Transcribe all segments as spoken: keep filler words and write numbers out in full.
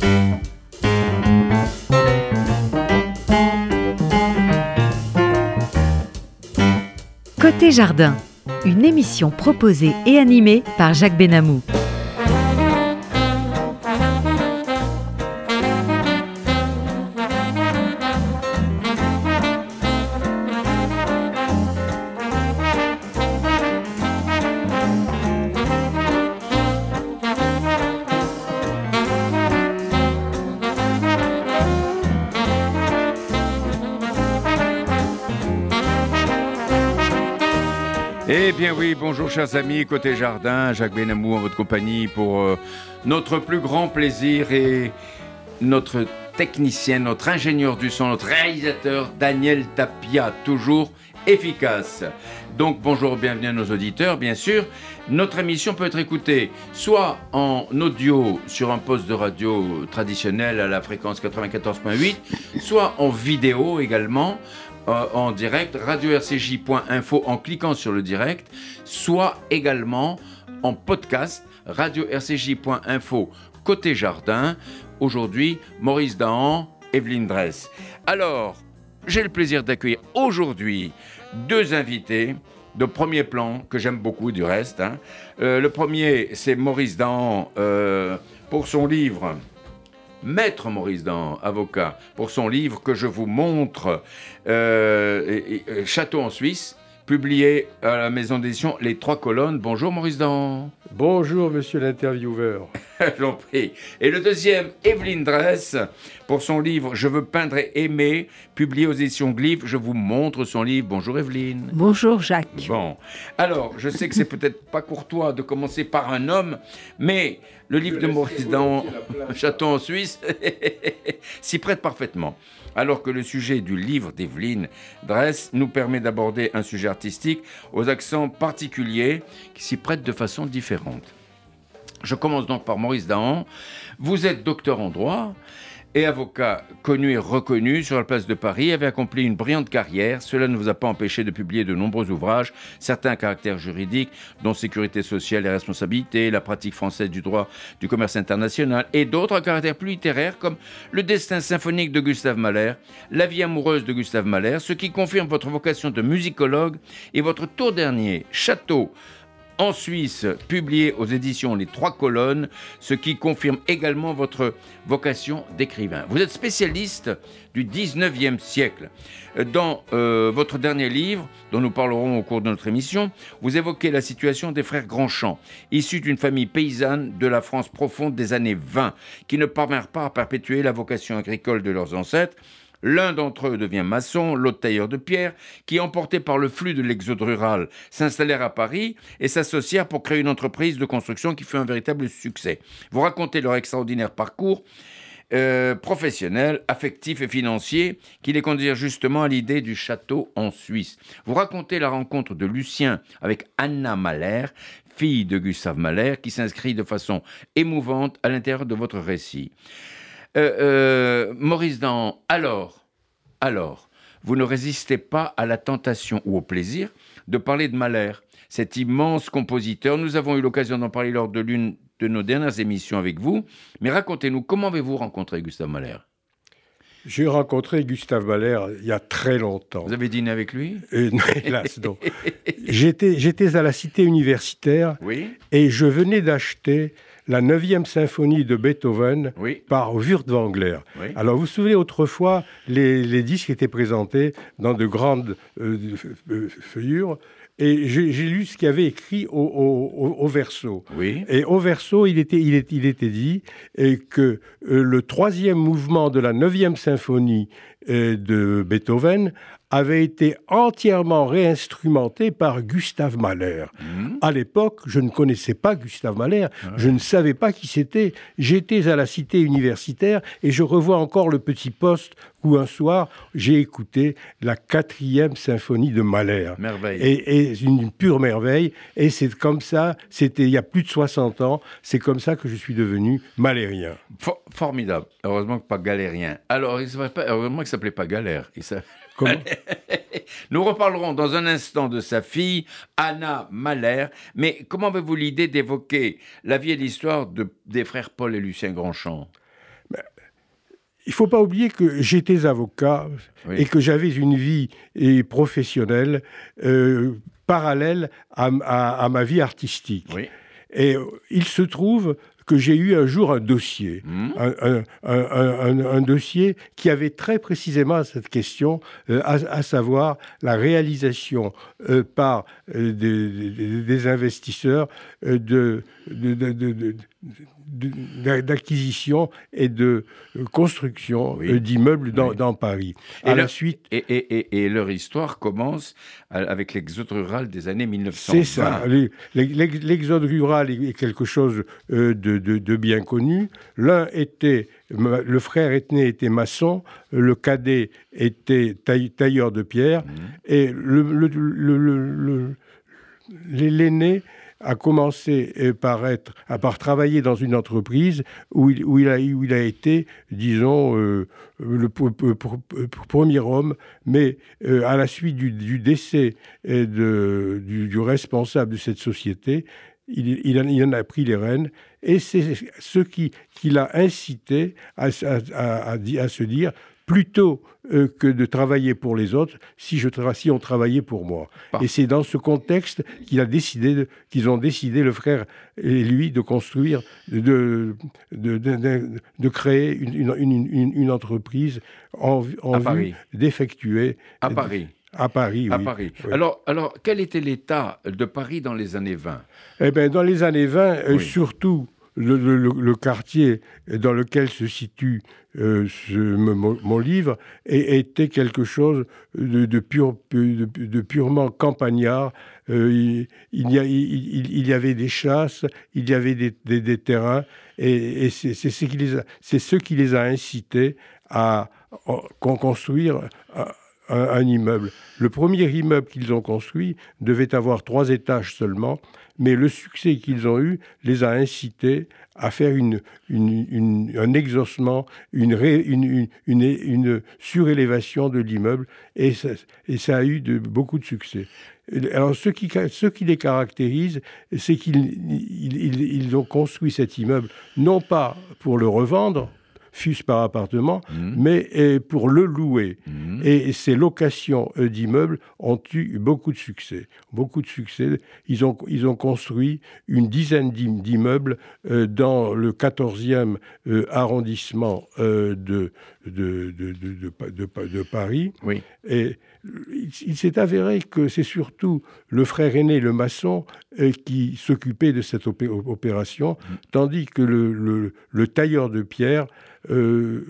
Côté Jardin, une émission proposée et animée par Jacques Benamou. Eh bien oui, bonjour chers amis, Côté Jardin, Jacques Benamou en votre compagnie pour euh, notre plus grand plaisir et notre technicien, notre ingénieur du son, notre réalisateur Daniel Tapia, toujours efficace. Donc bonjour, bienvenue à nos auditeurs, bien sûr. Notre émission peut être écoutée soit en audio sur un poste de radio traditionnel à la fréquence quatre-vingt-quatorze virgule huit, soit en vidéo également, Euh, en direct, radio r c j point info en cliquant sur le direct, soit également en podcast, radio r c j point info Côté Jardin. Aujourd'hui, Maurice Dahan, Evelyne Dress. Alors, j'ai le plaisir d'accueillir aujourd'hui deux invités de premier plan, que j'aime beaucoup du reste. Hein. Euh, le premier, c'est Maurice Dahan euh, pour son livre... Maître Maurice Dahan, avocat, pour son livre que je vous montre, euh, et, et, Château en Suisse, publié à la maison d'édition Les Trois Colonnes. Bonjour Maurice Dahan. Bonjour monsieur l'intervieweur. J'en prie. Et le deuxième, Evelyne Dress, pour son livre Je veux peindre et aimer, publié aux éditions Glyphe. Je vous montre son livre. Bonjour Evelyne. Bonjour Jacques. Bon, alors je sais que c'est peut-être pas courtois de commencer par un homme, mais le livre de Maurice Dahan, Château en Suisse, s'y prête parfaitement. Alors que le sujet du livre d'Evelyne Dress nous permet d'aborder un sujet artistique aux accents particuliers qui s'y prêtent de façon différente. Je commence donc par Maurice Dahan. Vous êtes docteur en droit et avocat connu et reconnu sur la place de Paris, avez accompli une brillante carrière. Cela ne vous a pas empêché de publier de nombreux ouvrages, certains à caractère juridique, dont Sécurité sociale et responsabilité, la pratique française du droit du commerce international, et d'autres à caractère plus littéraire, comme Le destin symphonique de Gustave Mahler, La vie amoureuse de Gustave Mahler, ce qui confirme votre vocation de musicologue, et votre tout dernier, Château en Suisse, publié aux éditions Les Trois Colonnes, ce qui confirme également votre vocation d'écrivain. Vous êtes spécialiste du dix-neuvième siècle. Dans euh, votre dernier livre, dont nous parlerons au cours de notre émission, vous évoquez la situation des frères Grandchamp, issus d'une famille paysanne de la France profonde des années vingt, qui ne parvinrent pas à perpétuer la vocation agricole de leurs ancêtres. L'un d'entre eux devient maçon, l'autre tailleur de pierre, qui, emportés par le flux de l'exode rural, s'installèrent à Paris et s'associèrent pour créer une entreprise de construction qui fut un véritable succès. Vous racontez leur extraordinaire parcours euh, professionnel, affectif et financier qui les conduisent justement à l'idée du château en Suisse. Vous racontez la rencontre de Lucien avec Anna Mahler, fille de Gustave Mahler, qui s'inscrit de façon émouvante à l'intérieur de votre récit. Euh, euh, Maurice Dahan, alors, alors, vous ne résistez pas à la tentation ou au plaisir de parler de Mahler, cet immense compositeur. Nous avons eu l'occasion d'en parler lors de l'une de nos dernières émissions avec vous. Mais racontez-nous, comment avez-vous rencontré Gustave Mahler ? J'ai rencontré Gustave Mahler il y a très longtemps. Vous avez dîné avec lui ? Et, hélas, non. j'étais, j'étais à la cité universitaire oui. Et je venais d'acheter la neuvième symphonie de Beethoven oui. par Furtwängler. Oui. Alors, vous vous souvenez, autrefois, les, les disques étaient présentés dans de grandes euh, feuillures. Et j'ai, j'ai lu ce qu'il y avait écrit au, au, au verso. Oui. Et au verso, il était, il était, il était dit et que euh, le troisième mouvement de la neuvième symphonie euh, de Beethoven avait été entièrement réinstrumenté par Gustave Mahler. Mmh. À l'époque, je ne connaissais pas Gustave Mahler, ouais. Je ne savais pas qui c'était. J'étais à la cité universitaire et je revois encore le petit poste où un soir, j'ai écouté la quatrième symphonie de Mahler. Merveille. Et, et une pure merveille. Et c'est comme ça, c'était il y a plus de soixante ans, c'est comme ça que je suis devenu mahlérien. For- formidable. Heureusement que pas galérien. Alors, il ne pas, heureusement qu'il ne s'appelait pas Galère. Il s'appelait... Comment ? Nous reparlerons dans un instant de sa fille, Anna Mahler. Mais comment avez-vous l'idée d'évoquer la vie et l'histoire de, des frères Paul et Lucien Grandchamp ? Ben, il ne faut pas oublier que j'étais avocat oui. et que j'avais une vie et professionnelle euh, parallèle à, à, à ma vie artistique. Oui. Et euh, il se trouve que j'ai eu un jour un dossier, mmh. un, un, un, un, un dossier qui avait très précisément cette question, euh, à, à savoir la réalisation euh, par euh, des, des, des investisseurs euh, de, de, de, de, de d'acquisition et de construction oui. d'immeubles dans, oui. dans Paris. Et, à leur, la suite... et, et, et, et leur histoire commence avec l'exode rural des années mille neuf cent vingt. C'est ça. L'exode rural est quelque chose de, de, de bien connu. L'un était, le frère aîné était maçon, le cadet était tailleur de pierre, mmh. et le, le, le, le, le, l'aîné a commencé par, être, par travailler dans une entreprise où il, où il, a, où il a été, disons, euh, le pour, pour, pour, pour premier homme, mais euh, à la suite du, du décès de, du, du responsable de cette société, il, il, en, il en a pris les rênes, et c'est ce qui, qui l'a incité à, à, à, à se dire plutôt euh, que de travailler pour les autres, si, je tra- si on travaillait pour moi. Ah. Et c'est dans ce contexte qu'il a décidé de, qu'ils ont décidé, le frère et lui, de construire, de, de, de, de, de créer une, une, une, une entreprise en, en vue Paris. d'effectuer... À Paris. À Paris, à oui. Paris. oui. Alors, alors, quel était l'état de Paris dans les années vingt ? Eh bien, dans les années vingt, oui. euh, surtout... Le, le, le quartier dans lequel se situe euh, ce, mon, mon livre était quelque chose de, de, pure, de, de purement campagnard. Euh, il, il, y a, il, il y avait des chasses, il y avait des, des, des terrains, et, et c'est, c'est, ce qui les a, c'est ce qui les a incités à, à construire un, un, un immeuble. Le premier immeuble qu'ils ont construit devait avoir trois étages seulement, mais le succès qu'ils ont eu les a incités à faire une, une, une, un exaucement, une, ré, une, une, une, une surélévation de l'immeuble, et ça, et ça a eu de, beaucoup de succès. Alors, ce qui, ce qui les caractérise, c'est qu'ils ils, ils, ils ont construit cet immeuble, non pas pour le revendre, fût-ce par appartement, mmh. mais pour le louer. Mmh. Et ces locations d'immeubles ont eu beaucoup de succès. Beaucoup de succès. Ils ont, ils ont construit une dizaine d'immeubles euh, dans le quatorzième euh, arrondissement euh, de, de, de, de, de, de, de Paris. Oui. Et il, il s'est avéré que c'est surtout le frère aîné, le maçon, euh, qui s'occupait de cette opé- opération, mmh. tandis que le, le, le tailleur de pierre Euh,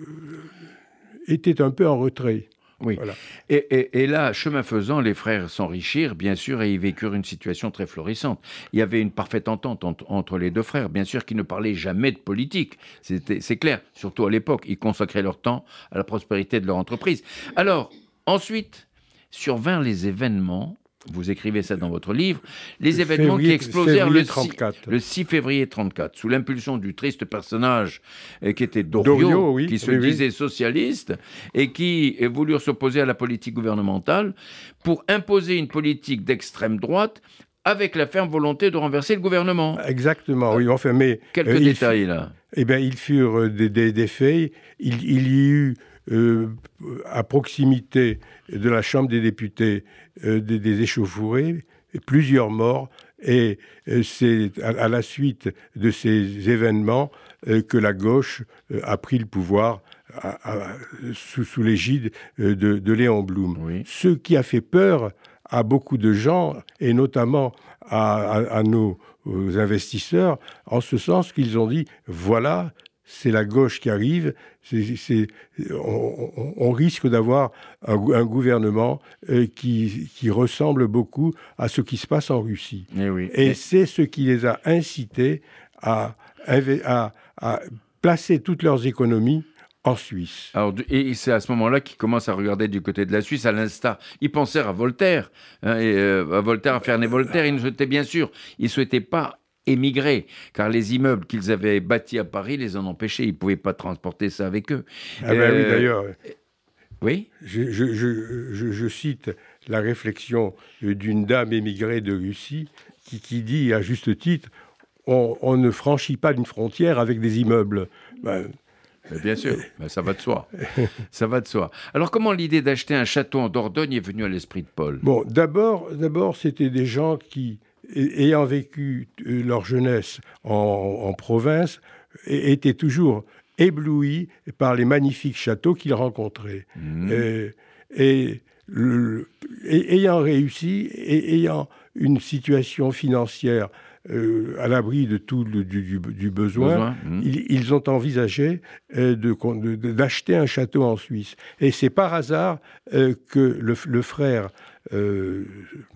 était un peu en retrait. Oui. Voilà. Et, et, et là, chemin faisant, les frères s'enrichirent, bien sûr, et ils vécurent une situation très florissante. Il y avait une parfaite entente entre, entre les deux frères, bien sûr, qui ne parlaient jamais de politique. C'était, c'est clair, surtout à l'époque. Ils consacraient leur temps à la prospérité de leur entreprise. Alors, ensuite, survinrent les événements. Vous écrivez ça dans votre livre, les événements février, qui explosèrent le six, le six février trente-quatre, sous l'impulsion du triste personnage euh, qui était Doriot, Doriot oui, qui se oui, disait oui. socialiste et qui voulurent s'opposer à la politique gouvernementale pour imposer une politique d'extrême droite avec la ferme volonté de renverser le gouvernement. Exactement, euh, oui. Enfin, mais, quelques euh, détails, là. Eh bien, ils furent des, des, des faits. Il, il y eut... Euh, à proximité de la Chambre des députés euh, des, des échauffourées, plusieurs morts, et euh, c'est à, à la suite de ces événements euh, que la gauche euh, a pris le pouvoir à, à, sous, sous l'égide euh, de, de Léon Blum. Oui. Ce qui a fait peur à beaucoup de gens, et notamment à, à, à nos aux investisseurs, en ce sens qu'ils ont dit, voilà, c'est la gauche qui arrive, c'est, c'est, on, on risque d'avoir un, un gouvernement euh, qui, qui ressemble beaucoup à ce qui se passe en Russie. Et, oui. Et Et... c'est ce qui les a incités à, à, à placer toutes leurs économies en Suisse. Alors, et c'est à ce moment-là qu'ils commencent à regarder du côté de la Suisse, à l'instar. Ils pensèrent à Voltaire, hein, et, euh, à Voltaire, à Ferney Voltaire. Ils ne souhaitaient bien sûr, ils ne souhaitaient pas émigrer, car les immeubles qu'ils avaient bâtis à Paris les en empêchaient. Ils ne pouvaient pas transporter ça avec eux. Ah ben euh, oui, d'ailleurs. Oui je, je, je, je, je cite la réflexion d'une dame émigrée de Russie qui, qui dit, à juste titre, on, on ne franchit pas une frontière avec des immeubles. Ben, Mais bien sûr, mais ça va de soi. Ça va de soi. Alors, comment l'idée d'acheter un château en Dordogne est venue à l'esprit de Paul ? Bon, d'abord, d'abord, c'était des gens qui, ayant vécu leur jeunesse en, en province, étaient toujours éblouis par les magnifiques châteaux qu'ils rencontraient. Mmh. Et, et, le, et ayant réussi, et ayant une situation financière Euh, à l'abri de tout le, du, du, du besoin, besoin. Mmh. Ils, ils ont envisagé euh, de, de, d'acheter un château en Suisse. Et c'est par hasard euh, que le, le frère euh,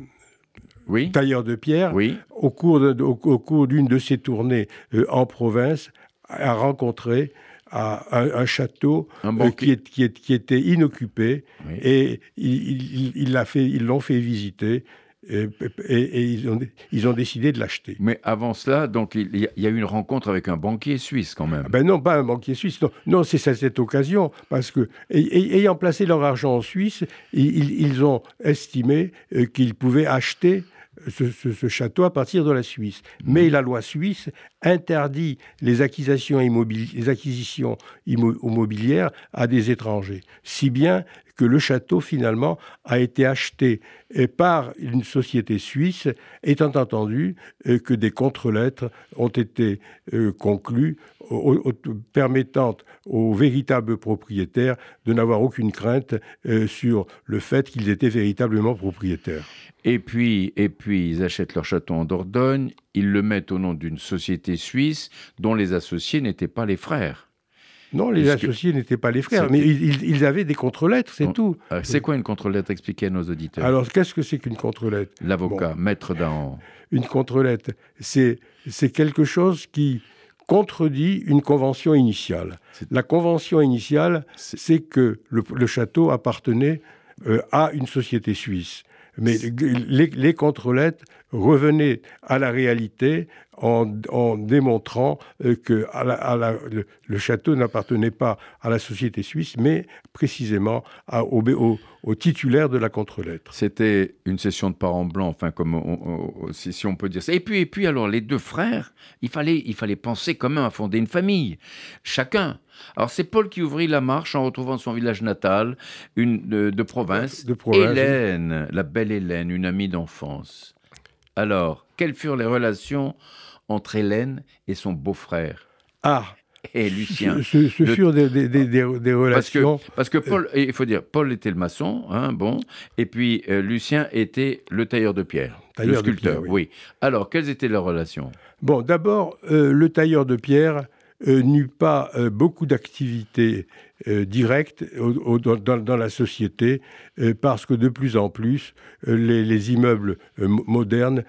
oui. tailleur de pierre, oui. au, cours de, au, au cours d'une de ses tournées euh, en province, a rencontré à un, un château un euh, qui, est, qui, est, qui était inoccupé, oui. et il, il, il l'a fait, ils l'ont fait visiter. Et, et, et ils, ont, ils ont décidé de l'acheter. Mais avant cela, donc, il y, a, il y a eu une rencontre avec un banquier suisse quand même. Ah ben non, pas un banquier suisse. Non, non c'est à cette occasion, parce que et, et, ayant placé leur argent en Suisse, ils, ils ont estimé euh, qu'ils pouvaient acheter ce, ce, ce château à partir de la Suisse. Mmh. Mais la loi suisse interdit les acquisitions, immobili- les acquisitions immo- immobilières à des étrangers. Si bien que le château, finalement, a été acheté par une société suisse, étant entendu euh, que des contre-lettres ont été euh, conclues, au, au, permettant aux véritables propriétaires de n'avoir aucune crainte euh, sur le fait qu'ils étaient véritablement propriétaires. Et puis, et puis, ils achètent leur château en Dordogne, ils le mettent au nom d'une société suisse dont les associés n'étaient pas les frères. Non, les Puisque associés n'étaient pas les frères, c'était... mais ils, ils avaient des contre-lettres, c'est bon. tout. Alors, c'est quoi une contre-lettre ? Expliquez à nos auditeurs. Alors, qu'est-ce que c'est qu'une contre-lettre ? L'avocat, bon. maître d'un... Une contre-lettre, c'est, c'est quelque chose qui contredit une convention initiale. C'est... La convention initiale, c'est, c'est que le, le château appartenait euh, à une société suisse. Mais les, les contre-lettres revenaient à la réalité en, en démontrant euh, que à la, à la, le, le château n'appartenait pas à la société suisse, mais précisément à, au, au, au titulaire de la contre-lettre. C'était une session de parents blancs, enfin, comme on, on, si, si on peut dire ça. Et puis, et puis, alors, les deux frères, il fallait, il fallait penser quand même à fonder une famille, chacun. Alors, c'est Paul qui ouvrit la marche en retrouvant son village natal, une de, de province, de province, Hélène, oui. La belle Hélène, une amie d'enfance. Alors, quelles furent les relations entre Hélène et son beau-frère ? Ah et Lucien. Ce, ce, ce furent des, des, des, des relations... Parce que, parce que Paul, il faut dire, Paul était le maçon, hein, bon, et puis euh, Lucien était le tailleur de pierre, tailleur le sculpteur, de pierre, oui. oui. Alors, quelles étaient leurs relations ? Bon, d'abord, euh, le tailleur de pierre euh, n'eut pas euh, beaucoup d'activités euh, directes au, au, dans, dans la société, euh, parce que de plus en plus, euh, les, les immeubles euh, modernes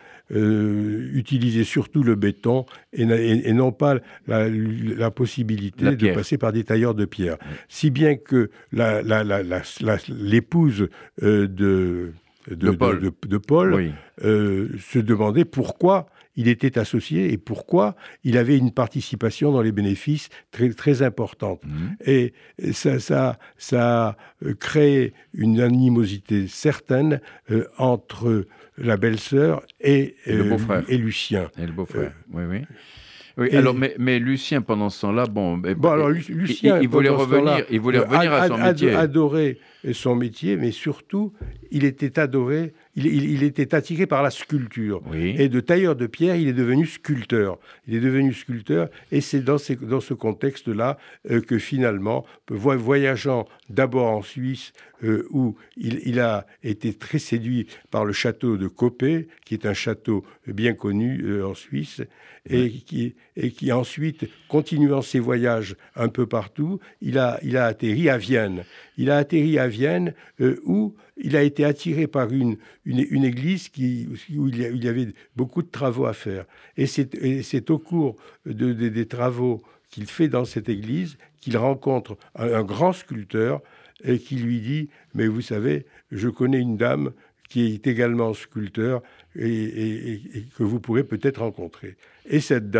euh, utilisaient surtout le béton et, et, et non pas la, la possibilité la de passer par des tailleurs de pierre. Oui. Si bien que la, la, la, la, la, l'épouse euh, de, de, de Paul, de, de, de Paul oui. euh, se demandait pourquoi il était associé et pourquoi il avait une participation dans les bénéfices très, très importante. Mmh. Et ça, ça, ça a créé une animosité certaine euh, entre la belle-sœur et, et, le beau-frère. et Lucien. Et le beau-frère, euh, oui, oui. Oui, et alors, mais, mais Lucien, pendant ce temps-là, bon, bon alors, Lucien, il, il voulait revenir, il voulait revenir à son ad, métier. Adorait son métier, mais surtout, il était adoré, il, il, il était attiré par la sculpture. Oui. Et de tailleur de pierre, il est devenu sculpteur. Il est devenu sculpteur, et c'est dans, ces, dans ce contexte-là euh, que finalement, voyageant d'abord en Suisse, euh, où il, il a été très séduit par le château de Coppet, qui est un château bien connu euh, en Suisse, et, oui. qui, et qui ensuite, continuant ses voyages un peu partout, il a, il a atterri à Vienne. Il a atterri à Vienne euh, où il a été attiré par une, une, une église qui, où il y, a, il y avait beaucoup de travaux à faire. Et c'est, et c'est au cours de, de, des travaux qu'il fait dans cette église qu'il rencontre un, un grand sculpteur et qui lui dit « Mais vous savez, je connais une dame qui est également sculpteur et, et, et que vous pourrez peut-être rencontrer. » Et cette dame,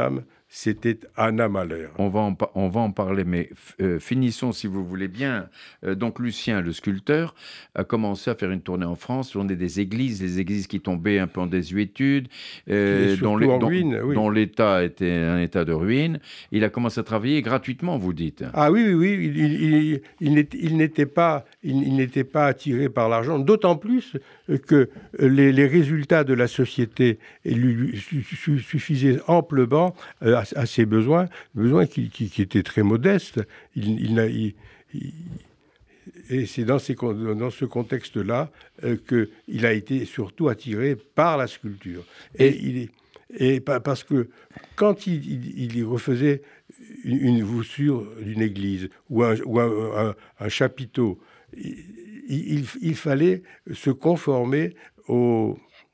c'était Anna Mahler. On va en, on va en parler, mais euh, finissons si vous voulez bien. Euh, donc Lucien, le sculpteur, a commencé à faire une tournée en France. On est des églises, des églises qui tombaient un peu en désuétude, euh, dont, les, en dont, ruine, oui. dont l'état était un état de ruine. Il a commencé à travailler gratuitement, vous dites. Ah oui, oui, oui. Il, il, il, il, n'était, il, n'était pas, il, il n'était pas attiré par l'argent, d'autant plus que les, les résultats de la société lui suffisaient amplement euh, à, à ses besoins, besoins qui, qui, qui étaient très modestes. Il, il, il, il, et c'est dans, ces, dans ce contexte-là euh, qu'il a été surtout attiré par la sculpture. Et, et, il, et parce que quand il, il, il refaisait une, une voussure d'une église ou un, ou un, un, un chapiteau, il, il, il fallait se conformer au...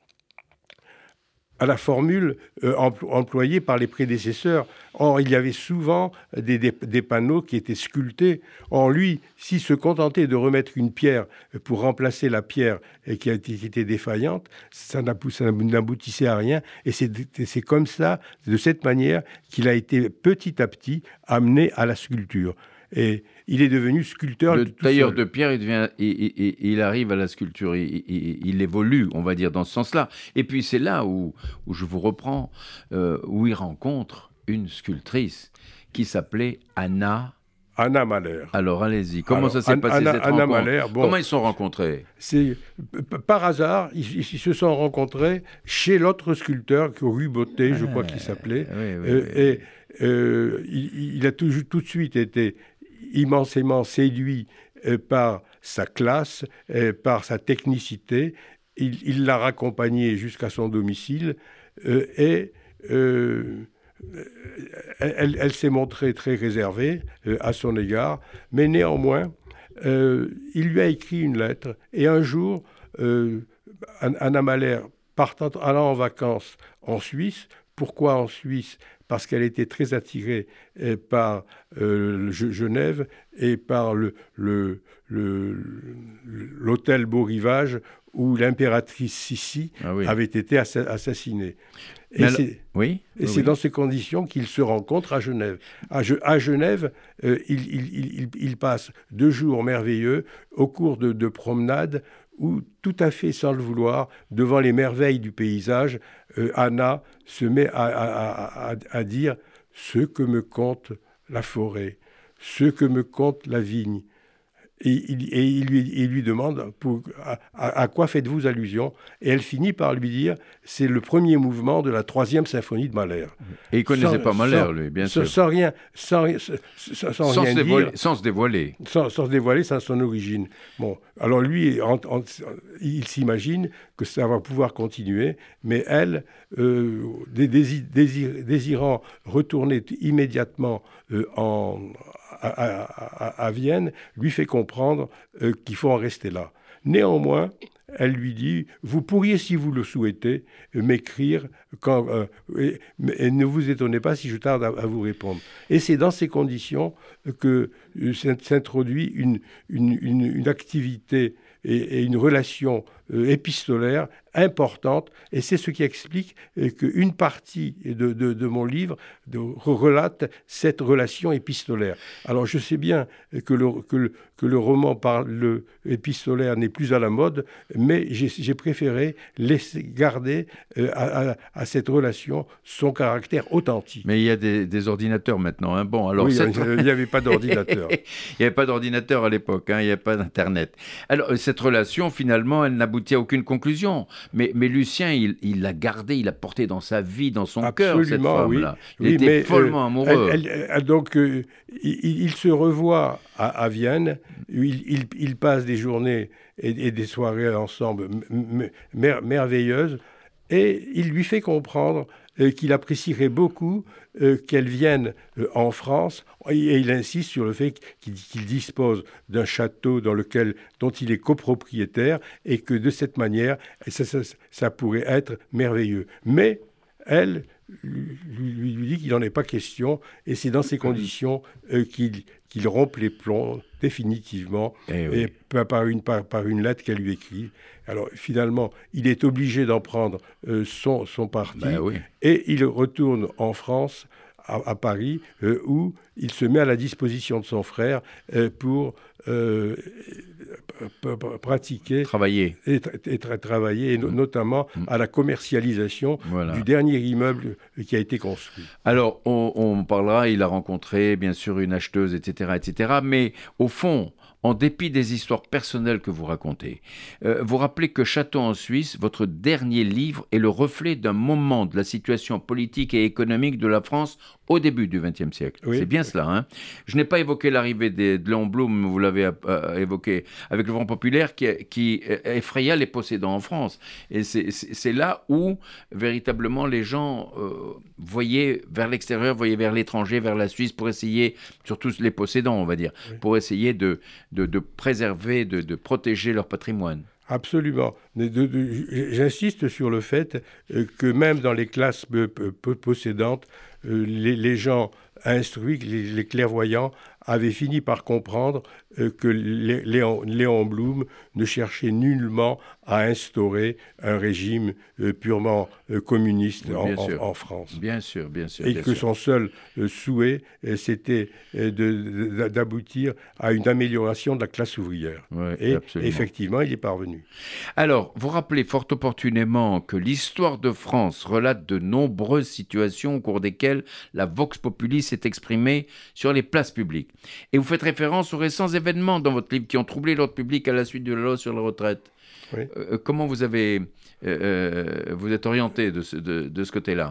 à la formule euh, empl- employée par les prédécesseurs. Or, il y avait souvent des, des, des panneaux qui étaient sculptés. Or, lui, s'il se contentait de remettre une pierre pour remplacer la pierre qui, a, qui était défaillante, ça, ça n'aboutissait à rien. Et c'est, c'est comme ça, de cette manière, qu'il a été petit à petit amené à la sculpture. Et il est devenu sculpteur. Le tailleur de pierre, il, devient, il, il, il arrive à la sculpture, il, il, il évolue, on va dire, dans ce sens-là. Et puis c'est là où, où je vous reprends, euh, où il rencontre une sculptrice qui s'appelait Anna... Anna Mahler. Alors allez-y, comment Alors, ça s'est Anna, passé cette Anna rencontre Mahler, bon, Comment ils se sont rencontrés? C'est par hasard, ils, ils se sont rencontrés chez l'autre sculpteur, Rue Bottet, je ah, crois qu'il s'appelait. Oui, oui, euh, oui. Et euh, il, il a tout, tout de suite été immensément séduit euh, par sa classe, euh, par sa technicité. Il, il l'a raccompagné jusqu'à son domicile euh, et euh, elle, elle s'est montrée très réservée euh, à son égard, mais néanmoins, euh, il lui a écrit une lettre et un jour, euh, Anna Mahler, partant, allant en vacances en Suisse. Pourquoi en Suisse ? Parce qu'elle était très attirée eh, par euh, Genève et par le, le, le, l'hôtel Beau Rivage où l'impératrice Sissi ah oui. avait été assa- assassinée. Et alors, c'est, oui, et oui, c'est oui. dans ces conditions qu'ils se rencontrent à Genève. À, à Genève, euh, ils, ils, ils, ils passent deux jours merveilleux au cours de, de promenades où, tout à fait sans le vouloir, devant les merveilles du paysage, euh, Anna se met à, à, à, à dire « ce que me conte la forêt, ce que me conte la vigne ». Et il, et il, lui, il lui demande pour, à, à quoi faites-vous allusion ? Et elle finit par lui dire c'est le premier mouvement de la troisième symphonie de Mahler. Et il ne connaissait sans, pas Mahler, sans, lui, bien sans, sûr. Sans rien, sans, sans, sans sans rien se dévoiler, dire. Sans se dévoiler. Sans, sans se dévoiler, sans son origine. Bon, alors lui, en, en, il s'imagine que ça va pouvoir continuer, mais elle, euh, désir, désir, désirant retourner immédiatement euh, en... À, à, à Vienne, lui fait comprendre euh, qu'il faut en rester là. Néanmoins, elle lui dit « Vous pourriez, si vous le souhaitez, m'écrire, quand, euh, et, et ne vous étonnez pas si je tarde à, à vous répondre. » Et c'est dans ces conditions que euh, s'introduit une, une, une, une activité et, et une relation euh, épistolaire importante, et c'est ce qui explique euh, qu'une partie de, de, de mon livre de, relate cette relation épistolaire. Alors je sais bien que le, que le, que le roman parle, le épistolaire n'est plus à la mode, mais j'ai, j'ai préféré laisser garder euh, à, à, à cette relation son caractère authentique. Mais il y a des, des ordinateurs maintenant. Hein. Bon, alors oui, cette... il n'y avait pas d'ordinateur. Il n'y avait pas d'ordinateur à l'époque, hein, il n'y avait pas d'Internet. Alors cette relation, finalement, elle n'aboutit à aucune conclusion. Mais, mais Lucien, il, il l'a gardée, il l'a portée dans sa vie, dans son cœur, cette femme-là. Oui. Il oui, était mais, follement euh, amoureux. Elle, elle, elle, donc, euh, il, il se revoit à, à Vienne. Il, il, il passe des journées et, et des soirées ensemble m- m- merveilleuses. Et il lui fait comprendre euh, qu'il apprécierait beaucoup euh, qu'elle vienne euh, en France. Et il insiste sur le fait qu'il, qu'il dispose d'un château dans lequel, dont il est copropriétaire et que de cette manière, ça, ça, ça pourrait être merveilleux. Mais elle lui, lui, lui dit qu'il n'en est pas question et c'est dans ces conditions euh, qu'il, qu'il rompt les plombs définitivement eh oui. et par une, par, par une lettre qu'elle lui écrit. Alors finalement, il est obligé d'en prendre euh, son, son parti ben oui. et il retourne en France à, à Paris, euh, où il se met à la disposition de son frère euh, pour euh, p- p- pratiquer, Travailler. et, tra- et tra- travailler, et no- notamment à la commercialisation Voilà. du dernier immeuble qui a été construit. Alors, on, on parlera, il a rencontré bien sûr une acheteuse, et cetera, et cetera. Mais au fond, en dépit des histoires personnelles que vous racontez, euh, vous rappelez que Château en Suisse, votre dernier livre, est le reflet d'un moment de la situation politique et économique de la France au début du vingtième siècle. Oui. C'est bien cela, hein. Je n'ai pas évoqué l'arrivée des- de Léon Blum, vous l'avez euh, évoqué, avec le Front populaire qui, qui effraya les possédants en France. Et c'est, c'est, c'est là où, véritablement, les gens euh, voyaient vers l'extérieur, voyaient vers l'étranger, vers la Suisse, pour essayer, surtout les possédants, on va dire, Oui. pour essayer de, de, de préserver, de, de protéger leur patrimoine. Absolument. De- de- de- j'insiste sur le fait euh, que même dans les classes peu, peu- peu possédantes, euh, les, les gens instruits, les, les clairvoyants, avaient fini par comprendre euh, que Lé- Léon, Léon Blum ne cherchait nullement à instaurer un régime euh, purement euh, communiste Oui, en, bien en- sûr. en France. Bien sûr, bien sûr. Et bien que sûr. son seul euh, souhait, euh, c'était euh, de- de- d'aboutir à une amélioration de la classe ouvrière. Ouais, Et absolument. effectivement, il est parvenu. Alors, vous rappelez fort opportunément que l'histoire de France relate de nombreuses situations au cours desquelles la Vox Populi s'est exprimée sur les places publiques. Et vous faites référence aux récents événements dans votre livre qui ont troublé l'ordre public à la suite de la loi sur la retraite. Oui. Euh, comment vous avez, euh, euh, vous êtes orienté de ce, de, de ce côté-là?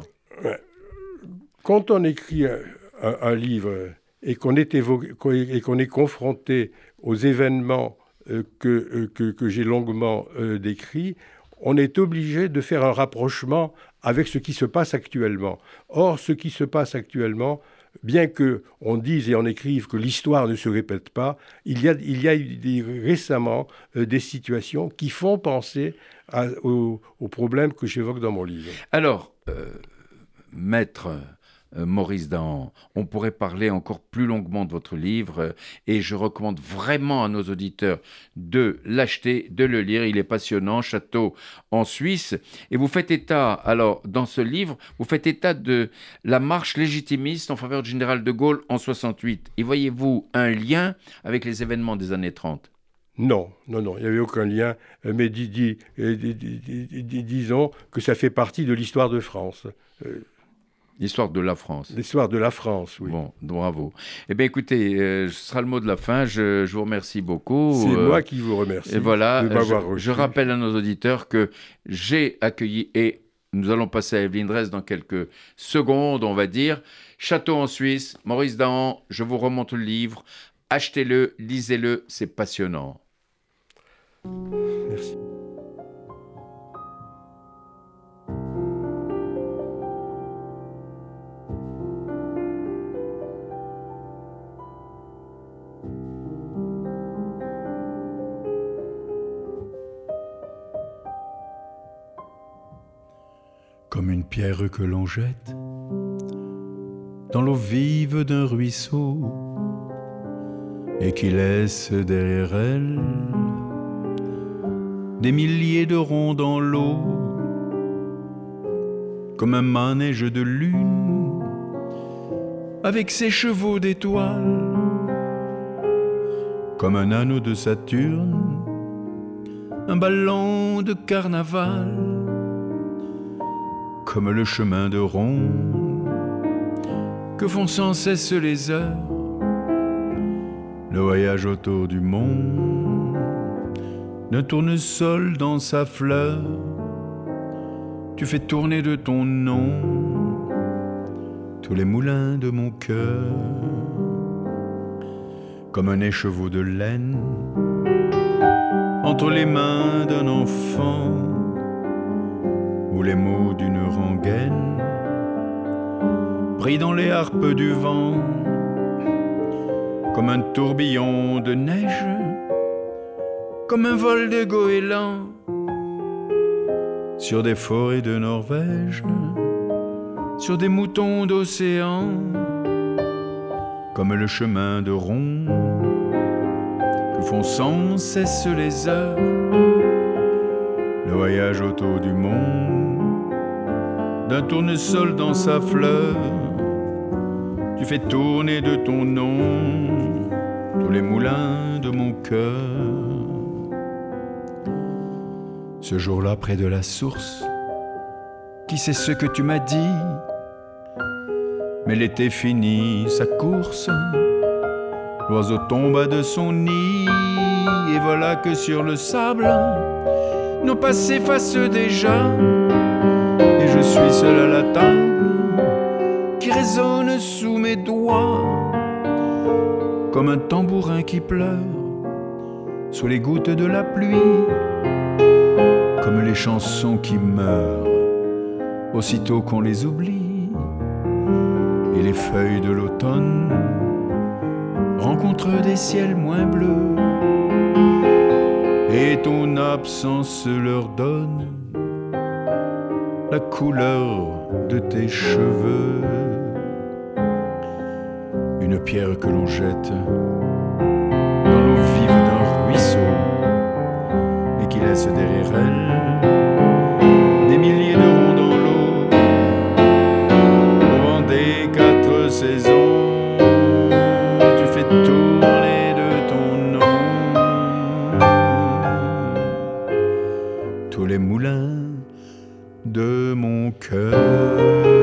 Quand on écrit un, un- un livre et qu'on est, évo- qu'on est- et qu'on est confronté aux événements euh, que, euh, que, que j'ai longuement euh, décrits, on est obligé de faire un rapprochement avec ce qui se passe actuellement. Or, ce qui se passe actuellement, bien qu'on dise et on écrive que l'histoire ne se répète pas, il y a, il y a eu des- récemment euh, des situations qui font penser à- aux, aux problèmes que j'évoque dans mon livre. Alors, euh, maître euh, Maurice Dahan, on pourrait parler encore plus longuement de votre livre euh, et je recommande vraiment à nos auditeurs de l'acheter, de le lire. Il est passionnant, Château en Suisse. Et vous faites état, alors, dans ce livre, vous faites état de la marche légitimiste en faveur du général de Gaulle en soixante-huit. Et voyez-vous un lien avec les événements des années trente? Non, non, non, il n'y avait aucun lien. Euh, Mais dis- dis- euh, dis- dis- dis- dis- disons que ça fait partie de l'histoire de France. Euh, L'histoire de la France. L'histoire de la France, oui. Bon, bravo. Eh bien, écoutez, euh, ce sera le mot de la fin. Je, je vous remercie beaucoup. C'est Euh, moi qui vous remercie Et voilà, de m'avoir je, reçu. je rappelle à nos auditeurs que j'ai accueilli, et nous allons passer à Evelyne Dresse dans quelques secondes, on va dire, Château en Suisse, Maurice Dahan, je vous remonte le livre, achetez-le, lisez-le, c'est passionnant. Merci. Comme une pierre que l'on jette dans l'eau vive d'un ruisseau et qui laisse derrière elle des milliers de ronds dans l'eau, comme un manège de lune avec ses chevaux d'étoiles, comme un anneau de Saturne, un ballon de carnaval, comme le chemin de ronde que font sans cesse les heures, le voyage autour du monde d'un tournesol dans sa fleur. Tu fais tourner de ton nom tous les moulins de mon cœur, comme un écheveau de laine entre les mains d'un enfant, ou les mots d'une rengaine pris dans les harpes du vent, comme un tourbillon de neige, comme un vol de goéland sur des forêts de Norvège, sur des moutons d'océan, comme le chemin de ronde que font sans cesse les heures, le voyage autour du monde d'un tournesol dans sa fleur, Tu fais tourner de ton nom tous les moulins de mon cœur. Ce jour-là, près de la source, qui sait ce que tu m'as dit? Mais l'été finit sa course, l'oiseau tomba de son nid, et voilà que sur le sable, nos pas s'effacent déjà, et je suis seul à la table, qui résonne sous mes doigts, comme un tambourin qui pleure, sous les gouttes de la pluie, comme les chansons qui meurent, aussitôt qu'on les oublie, et les feuilles de l'automne rencontrent des ciels moins bleus, et ton absence leur donne la couleur de tes cheveux. Une pierre que l'on jette dans l'eau vive d'un ruisseau et qui laisse derrière elle des milliers de ronds dans l'eau. Au vent des quatre saisons, tu fais tourner de ton nom tous les moulins de mon cœur.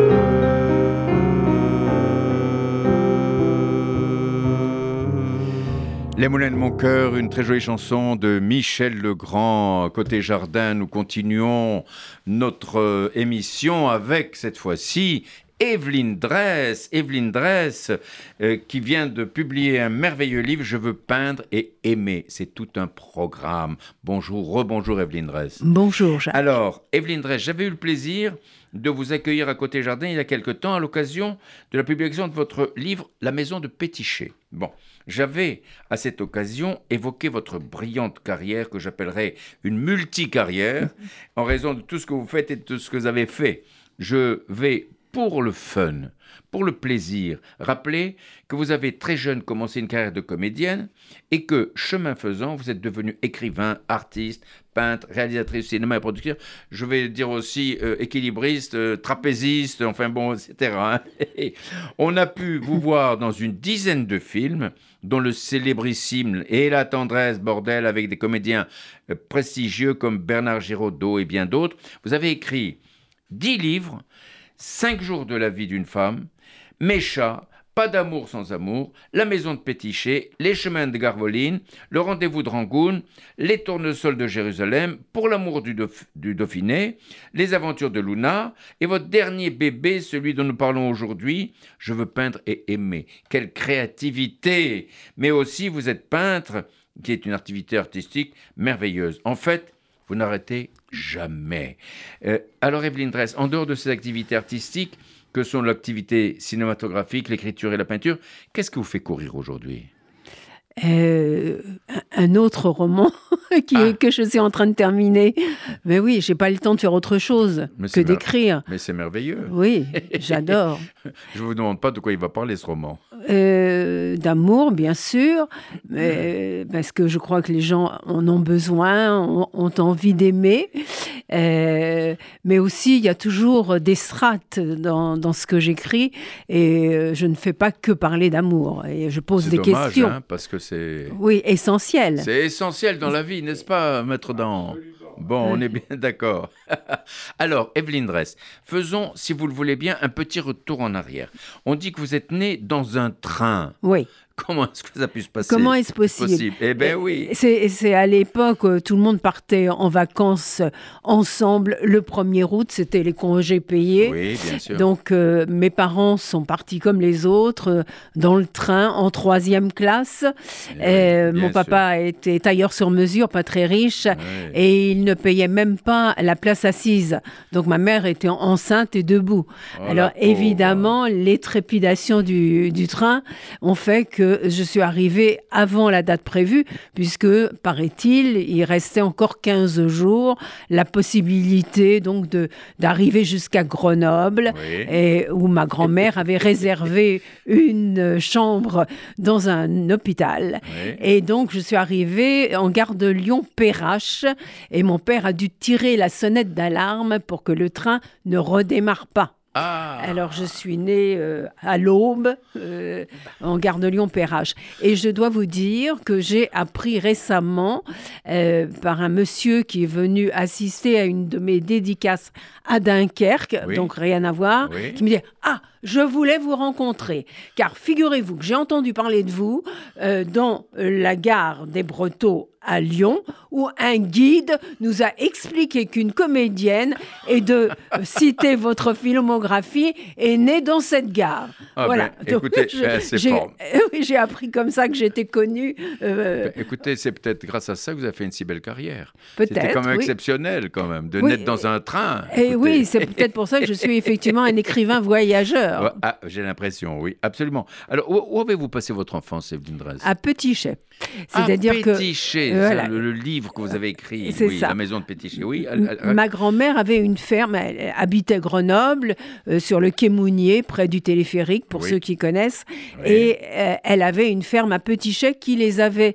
Les moulins de mon cœur, une très jolie chanson de Michel Legrand. Côté jardin, nous continuons notre euh, émission avec, cette fois-ci, Evelyne Dresse. Evelyne Dresse, euh, qui vient de publier un merveilleux livre, Je veux peindre et aimer. C'est tout un programme. Bonjour, rebonjour Evelyne Dresse. Bonjour Jacques. Alors, Evelyne Dresse, j'avais eu le plaisir de vous accueillir à Côté Jardin il y a quelque temps à l'occasion de la publication de votre livre La maison de Pétiché. Bon, j'avais à cette occasion évoqué votre brillante carrière que j'appellerais une multicarrière en raison de tout ce que vous faites et de tout ce que vous avez fait. Je vais, pour le fun, pour le plaisir, rappeler que vous avez très jeune commencé une carrière de comédienne et que, chemin faisant, vous êtes devenue écrivain, artiste, peintre, réalisatrice de cinéma et producteur. Je vais dire aussi euh, équilibriste, euh, trapéziste, enfin bon, et cetera. On a pu vous voir dans une dizaine de films, dont le célébrissime Et la tendresse, bordel, avec des comédiens euh, prestigieux comme Bernard Giraudot et bien d'autres. Vous avez écrit dix livres, Cinq jours de la vie d'une femme, Mes chats, Pas d'amour sans amour, La maison de Pétiché, Les chemins de Garvoline, Le rendez-vous de Rangoon, Les tournesols de Jérusalem, Pour l'amour du, Dauph- du Dauphiné, Les aventures de Luna, et votre dernier bébé, celui dont nous parlons aujourd'hui, Je veux peindre et aimer. Quelle créativité! Mais aussi, vous êtes peintre, qui est une activité artistique merveilleuse. En fait, vous n'arrêtez jamais. Euh, alors, Evelyne Dresse, en dehors de ces activités artistiques, que sont l'activité cinématographique, l'écriture et la peinture, qu'est-ce qui vous fait courir aujourd'hui ? Euh, un autre roman qui, ah. que je suis en train de terminer. Mais oui, j'ai pas le temps de faire autre chose mais que d'écrire. Mer- mais c'est merveilleux. Oui, j'adore. Je vous demande pas de quoi il va parler ce roman. Euh, d'amour, bien sûr, mais, parce que je crois que les gens en ont besoin, ont, ont envie d'aimer. Euh, mais aussi, il y a toujours des strates dans, dans ce que j'écris et je ne fais pas que parler d'amour. Et je pose c'est des dommage, questions. Hein, parce que c'est... Oui, essentiel. C'est essentiel dans la vie, n'est-ce pas, Maître Dan ? Bon, on est bien d'accord. Alors, Evelyne Dresse, faisons, si vous le voulez bien, un petit retour en arrière. On dit que vous êtes née dans un train. Oui. Comment est-ce que ça a pu se passer ? Comment est-ce possible, possible Eh bien oui. C'est, c'est à l'époque, tout le monde partait en vacances ensemble. Le premier août, c'était les congés payés. Oui, bien sûr. Donc, euh, mes parents sont partis comme les autres, euh, dans le train, en troisième classe. Oui, euh, mon papa sûr. était tailleur sur mesure, pas très riche, oui. et il ne payait même pas la place assise. Donc, ma mère était enceinte et debout. Oh, Alors, évidemment, les trépidations du, du train ont fait que je suis arrivée avant la date prévue, puisque, paraît-il, il restait encore quinze jours, la possibilité donc de, d'arriver jusqu'à Grenoble, oui. et, où ma grand-mère avait réservé une chambre dans un hôpital. Oui. Et donc, je suis arrivée en gare de Lyon-Perrache, et mon père a dû tirer la sonnette d'alarme pour que le train ne redémarre pas. Ah. Alors, je suis née euh, à l'Aube, euh, en gare de Lyon-Perrache. Et je dois vous dire que j'ai appris récemment euh, par un monsieur qui est venu assister à une de mes dédicaces à Dunkerque, Oui. donc rien à voir, Oui. qui me dit « Ah, je voulais vous rencontrer, car figurez-vous que j'ai entendu parler de vous euh, dans la gare des Brotteaux à Lyon, où un guide nous a expliqué qu'une comédienne, et de citer votre filmographie, est née dans cette gare. » Ah Voilà. ben, écoutez, je- ben, c'est j'ai, fort. oui, j'ai appris comme ça que j'étais connue. euh, Ben, écoutez, c'est peut-être grâce à ça que vous avez fait une si belle carrière. Peut-être, C'était quand même oui. exceptionnel, quand même, de Oui, naître dans un train. Et Écoutez. oui, c'est peut-être pour ça que je suis effectivement un écrivain voyageur. Ouais, ah, j'ai l'impression, oui, absolument. Alors, où, où avez-vous passé votre enfance, Evelyne Dresse? À Pétichet. C'est-à-dire ah, que Pétichet, euh, voilà. le, le livre que vous avez écrit, C'est oui, ça. La maison de Pétichet, oui. elle- elle- Ma grand-mère avait une ferme, elle habitait Grenoble, euh, sur le quai Mounier, près du téléphérique, pour Oui. ceux qui connaissent. Oui. Et euh, elle avait une ferme à Pétichet qui les avait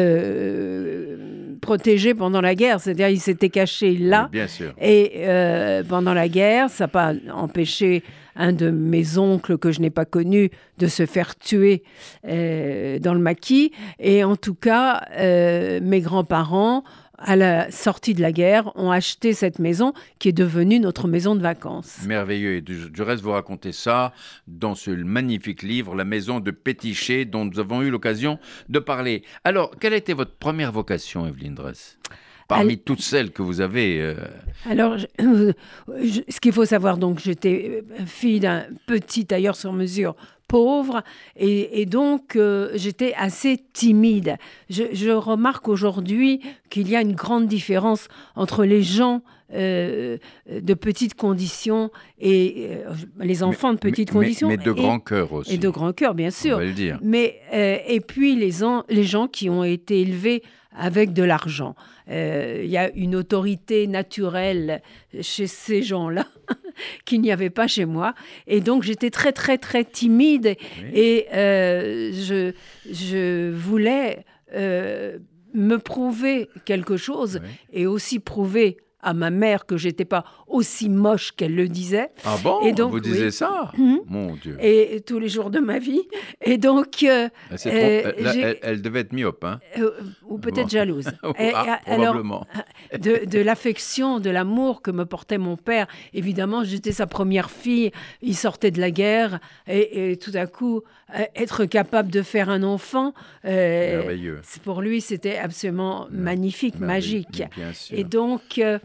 euh, protégés pendant la guerre. C'est-à-dire, ils s'étaient cachés là. Oui, bien sûr. Et euh, pendant la guerre, ça n'a pas empêché un de mes oncles que je n'ai pas connu de se faire tuer euh, dans le maquis. Et en tout cas, euh, mes grands-parents, à la sortie de la guerre, ont acheté cette maison qui est devenue notre maison de vacances. Merveilleux. Et du, du reste, vous racontez ça dans ce magnifique livre, La maison de Pétichet, dont nous avons eu l'occasion de parler. Alors, quelle a été votre première vocation, Evelyne Dresse? Parmi Elle- toutes celles que vous avez... euh, Alors, je- je- ce qu'il faut savoir, donc, j'étais fille d'un petit tailleur sur mesure pauvre et, et donc euh, j'étais assez timide. Je, je remarque aujourd'hui qu'il y a une grande différence entre les gens euh, de petites conditions et euh, les enfants de petites mais- conditions. Mais de et- grand cœur aussi. Et de grand cœur, bien On sûr. va le dire. Mais, euh, et puis les, en- les gens qui ont été élevés avec de l'argent. Euh, Il y a une autorité naturelle chez ces gens-là qu'il n'y avait pas chez moi. Et donc, j'étais très, très, très timide. Oui. Et euh, je, je voulais euh, me prouver quelque chose Oui. et aussi prouver à ma mère que j'étais pas aussi moche qu'elle le disait. Ah bon? Et donc, vous disiez oui. ça? Mhm. Mon Dieu. Et tous les jours de ma vie. Et donc, euh, C'est euh, trop- là, j'ai- elle, elle devait être myope, hein? euh, ou peut-être Bon. jalouse. Et, Ah, et, alors, probablement. de, de l'affection, de l'amour que me portait mon père. Évidemment, j'étais sa première fille. Il sortait de la guerre et, et tout à coup, euh, être capable de faire un enfant, euh, Merveilleux. c'est- pour lui, c'était absolument magnifique, Merveilleux, magique. bien sûr. Et donc, euh,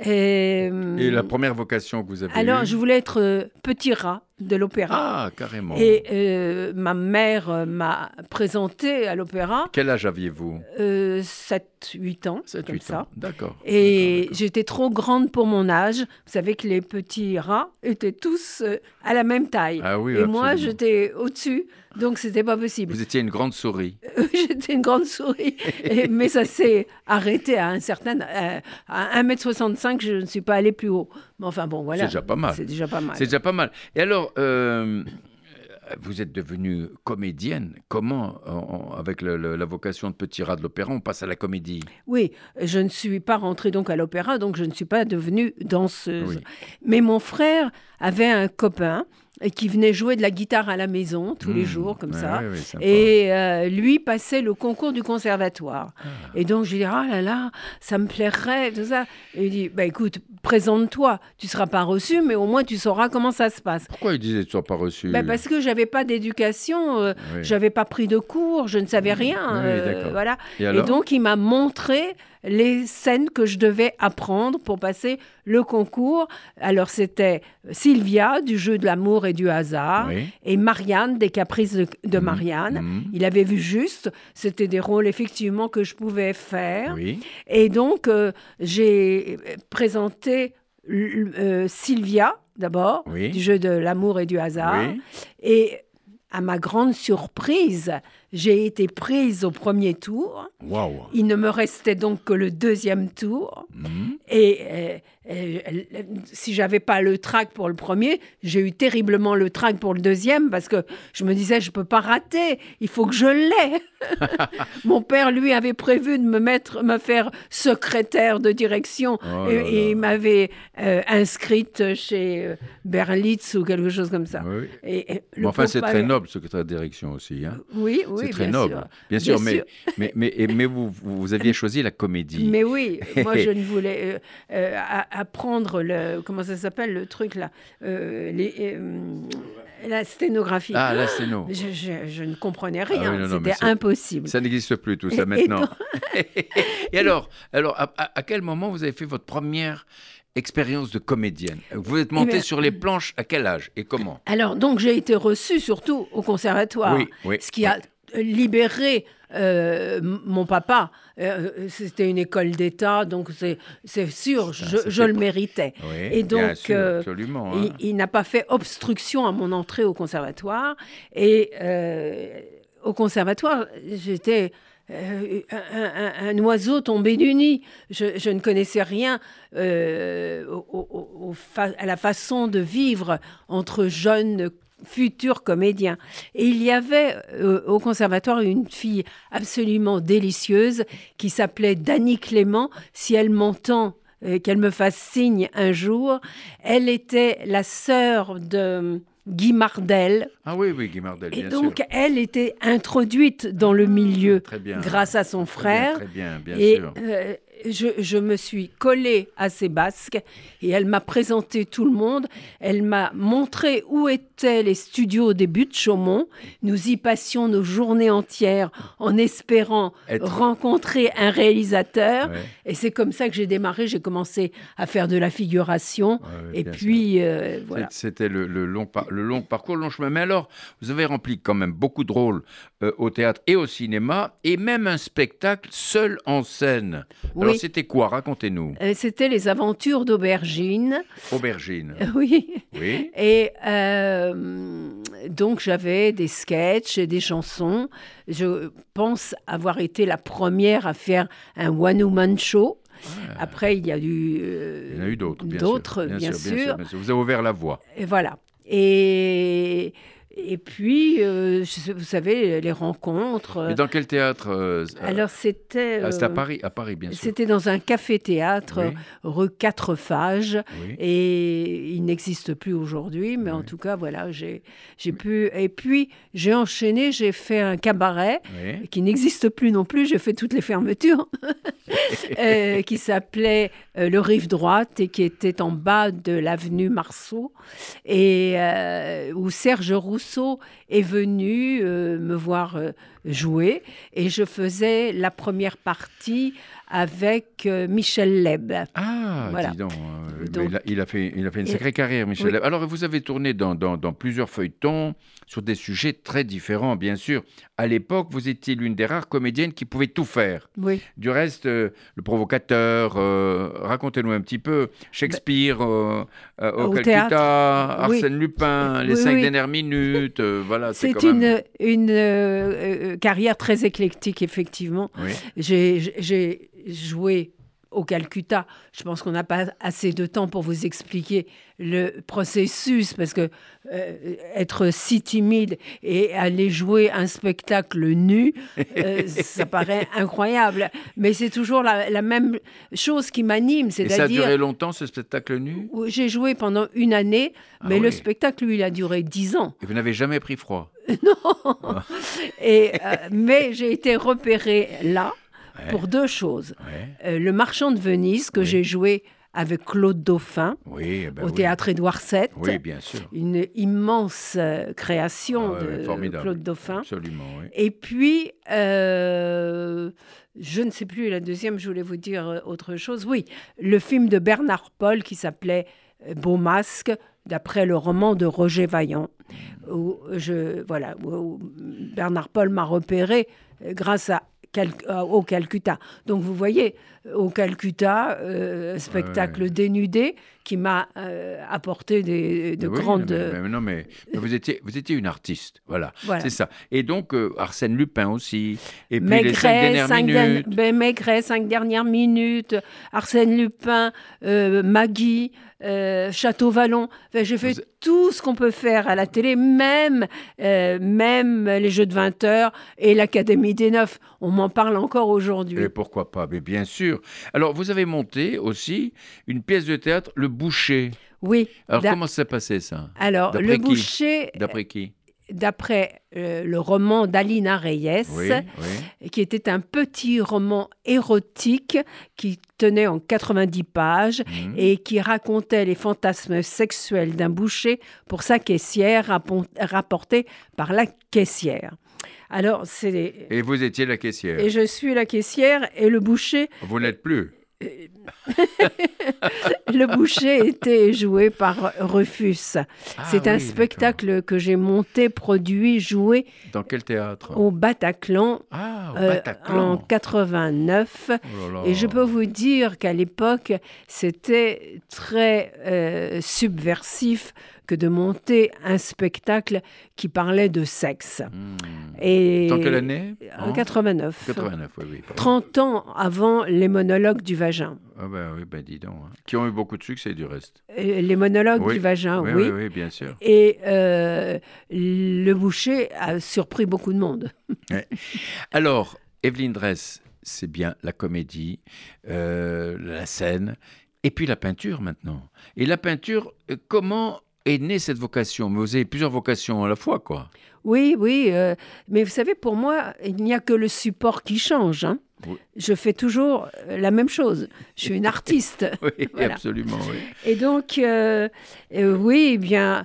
euh, Et la première vocation que vous avez alors, eue? je voulais être euh, petit rat de l'opéra. Ah, carrément. Et euh, ma mère euh, m'a présenté à l'opéra, Quel âge aviez-vous? euh, sept huit ans, sept comme huit ça. ans. D'accord. Et D'accord, d'accord. j'étais trop grande pour mon âge. Vous savez que les petits rats étaient tous euh, à la même taille. Ah oui, Et moi, absolument. j'étais au-dessus, donc c'était pas possible. Vous étiez une grande souris. J'étais une grande souris, Et- mais ça s'est arrêté à un certain... euh, à un mètre soixante-cinq, je ne suis pas allée plus haut. Mais enfin bon, voilà. C'est déjà pas mal. C'est déjà pas mal. C'est déjà pas mal. Et alors, euh, vous êtes devenue comédienne. Comment, en- en- avec le- le- la vocation de petit rat de l'opéra, on passe à la comédie? Oui, je ne suis pas rentrée donc à l'opéra, donc je ne suis pas devenue danseuse. Oui. Mais mon frère avait un copain et qui venait jouer de la guitare à la maison tous les Mmh. jours, comme Ouais, ça. ouais, ouais, sympa. Et euh, lui passait le concours du conservatoire. Ah. Et donc, je lui dis, ah là là, ça me plairait, tout ça. Et il dit, bah écoute, présente-toi. Tu ne seras pas reçu, mais au moins tu sauras comment ça se passe. Pourquoi il disait que tu ne sois pas reçu? Bah, parce que j'avais pas d'éducation, euh, Oui. j'avais pas pris de cours, je ne savais rien. Oui, euh, d'accord. voilà. Et alors? donc, il m'a montré les scènes que je devais apprendre pour passer le concours. Alors, c'était Sylvia, du jeu de l'amour et du hasard, Oui. et Marianne, des caprices de, de Marianne. Mhm. Il avait vu juste, c'était des rôles effectivement que je pouvais faire. Oui. Et donc, euh, j'ai présenté l- euh, Sylvia, d'abord, Oui. du jeu de l'amour et du hasard. Oui. Et à ma grande surprise, j'ai été prise au premier tour. Waouh. Il ne me restait donc que le deuxième tour. Mmh. Et euh, euh, si j'avais pas le trac pour le premier, j'ai eu terriblement le trac pour le deuxième parce que je me disais, je peux pas rater, il faut que je l'aie. Mon père, lui, avait prévu de me mettre, me faire secrétaire de direction oh et, et il m'avait euh, inscrite chez euh, Berlitz ou quelque chose comme ça. Oui. Et, et bon, enfin, c'est très noble, secrétaire de direction aussi. Hein. Oui, oui, c'est très bien noble. Sûr. Bien sûr, bien mais, sûr. mais, mais, mais, mais vous, vous aviez choisi la comédie. Mais oui, moi, je ne voulais euh, euh, apprendre le, comment ça s'appelle, le truc là, euh, les, euh, la sténographie. Ah, la sténo. Je, je, je ne comprenais rien, ah oui, non, non, c'était c'est, impossible. Ça n'existe plus tout ça et, maintenant. Et, donc... et alors, alors à, à quel moment vous avez fait votre première expérience de comédienne? Vous êtes montée bien, sur les planches à quel âge et comment? Alors, donc, j'ai été reçue surtout au conservatoire, oui, oui, ce qui oui. a libéré euh, mon papa. Euh, c'était une école d'État, donc c'est, c'est sûr, c'est, je, c'est je le méritais. Oui, et donc, bien sûr, euh, absolument, hein. il, il n'a pas fait obstruction à mon entrée au conservatoire. Et euh, au conservatoire, j'étais... Euh, un, un, un oiseau tombé du nid. Je, je ne connaissais rien euh, au, au, au fa- à la façon de vivre entre jeunes futurs comédiens. Et il y avait euh, au conservatoire une fille absolument délicieuse qui s'appelait Dany Clément. Si elle m'entend, euh, qu'elle me fasse signe un jour. Elle était la sœur de... Guy Mardel. Ah oui, oui, Guy Mardel, bien sûr. Et donc, sûr. elle était introduite dans le milieu très bien, grâce à son très frère. Bien, très bien, bien et, sûr. Euh, je, je me suis collée à ses basques et elle m'a présenté tout le monde. Elle m'a montré où étaient les studios des Buttes Chaumont. Nous y passions nos journées entières en espérant Être... rencontrer un réalisateur. Ouais. Et c'est comme ça que j'ai démarré. J'ai commencé à faire de la figuration. Ouais, ouais, et puis, euh, voilà. C'était le, le, long par... le long parcours, le long chemin. Mais alors, vous avez rempli quand même beaucoup de rôles euh, au théâtre et au cinéma et même un spectacle seul en scène. Oui. Alors, c'était quoi? Racontez-nous. Euh, c'était les aventures d'Aubergine. Aubergine. Euh, oui. Oui. Et euh, donc, j'avais des sketchs et des chansons. Je pense avoir été la première à faire un one-woman show. Ah. Après, il y a eu, euh, il y en a eu d'autres, bien, d'autres, sûr. Bien, bien, sûr, sûr. bien sûr. Bien sûr. Vous avez ouvert la voie. Et voilà. Et... Et puis, euh, vous savez, les rencontres. Mais dans quel théâtre euh, Alors, c'était... Euh, c'était à Paris, à Paris, bien sûr. C'était dans un café-théâtre, oui. rue Quatrefages. Oui. Et il n'existe plus aujourd'hui, mais oui. en tout cas, voilà, j'ai, j'ai pu... Et puis, j'ai enchaîné, j'ai fait un cabaret oui. qui n'existe plus non plus. J'ai fait toutes les fermetures, euh, qui s'appelait euh, Le Rive Droite et qui était en bas de l'avenue Marceau. Et euh, où Serge Rousseau est venu euh, me voir euh, jouer et je faisais la première partie avec euh, Michel Leb. Ah, voilà. dis donc. Euh, donc il, a, il, a fait, il a fait une sacrée et, carrière, Michel oui. Leb. Alors, vous avez tourné dans, dans, dans plusieurs feuilletons sur des sujets très différents, bien sûr. À l'époque, vous étiez l'une des rares comédiennes qui pouvait tout faire. Oui. Du reste, euh, Le Provocateur, euh, racontez-nous un petit peu, Shakespeare euh, euh, au, au Calcutta, théâtre. Arsène oui. Lupin, Les oui, cinq oui. dernières minutes, euh, voilà. C'est, c'est une, même... une euh, carrière très éclectique, effectivement. Oui. J'ai, j'ai joué au Calcutta. Je pense qu'on n'a pas assez de temps pour vous expliquer le processus, parce que euh, être si timide et aller jouer un spectacle nu, euh, ça paraît incroyable. Mais c'est toujours la, la même chose qui m'anime. C'est-à-dire, et ça a duré longtemps, ce spectacle nu? J'ai joué pendant une année, ah, mais oui. le spectacle, lui, il a duré dix ans. Et vous n'avez jamais pris froid? Non. Ah. Et, euh, mais j'ai été repérée là. Ouais. Pour deux choses. Ouais. Euh, le Marchand de Venise, que oui. j'ai joué avec Claude Dauphin, oui, ben au oui. Théâtre Édouard sept. Oui, bien sûr. Une immense euh, création ah, ouais, de formidable. Claude Dauphin. Absolument, oui. Et puis, euh, je ne sais plus, la deuxième, je voulais vous dire autre chose. Oui, le film de Bernard Paul qui s'appelait Beau Masque, d'après le roman de Roger Vaillant, où, je, voilà, où Bernard Paul m'a repéré grâce à Cal- euh, au Calcutta. Donc vous voyez, au Calcutta, euh, spectacle Ouais. dénudé qui m'a euh, apporté des, de Mais oui, grandes... mais, mais non, mais, mais vous, étiez, vous étiez une artiste, voilà, Voilà. c'est ça. Et donc, euh, Arsène Lupin aussi, et puis Maigret, les cinq dernières cinq minutes. derni- ben, Maigret, cinq dernières minutes, Arsène Lupin, euh, Maggie, euh, Château-Vallon. Enfin, j'ai fait Vous- tout ce qu'on peut faire à la télé, même, euh, même les Jeux de vingt heures et l'Académie des Neufs. On m'en parle encore aujourd'hui. Et pourquoi pas, mais bien sûr. Alors, vous avez monté aussi une pièce de théâtre, Le Boucher. Oui. Alors, d'a- comment ça s'est passé, ça Alors, D'après Le qui Boucher, D'après qui d'après euh, le roman d'Alina Reyes, Oui, oui. qui était un petit roman érotique qui tenait en quatre-vingt-dix pages Mhm. et qui racontait les fantasmes sexuels d'un boucher pour sa caissière, rappon- rapporté par la caissière. Alors, c'est... Et vous étiez la caissière. Et je suis la caissière et le boucher... Vous n'êtes plus. Le boucher était joué par Rufus. Ah C'est un oui, spectacle que j'ai monté, produit, joué Dans quel théâtre au Bataclan Ah, au euh, Bataclan. en quatre-vingt-neuf. Oh là là. Et je peux vous dire qu'à l'époque, c'était très euh, subversif que de monter un spectacle qui parlait de sexe. Hmm. Et Dans quelle année En Hein quatre-vingt-neuf. quatre-vingt-neuf, oui, oui. pardon. trente ans avant les monologues du vagin. Ah ben oui, ben dis donc. hein. Qui ont eu beaucoup de succès, du reste. Euh, Les monologues Oui. du vagin, oui, oui. oui, oui, bien sûr. Et euh, le boucher a surpris beaucoup de monde. Alors, Evelyne Dress, c'est bien la comédie, euh, la scène, et puis la peinture maintenant. Et la peinture, euh, comment est née cette vocation? Mais vous avez plusieurs vocations à la fois, quoi. Oui, oui. euh, mais vous savez, pour moi, il n'y a que le support qui change. hein. Oui. Je fais toujours euh, la même chose. Je suis une artiste. Oui, Voilà. absolument, oui. Et donc, euh, euh, oui, eh bien,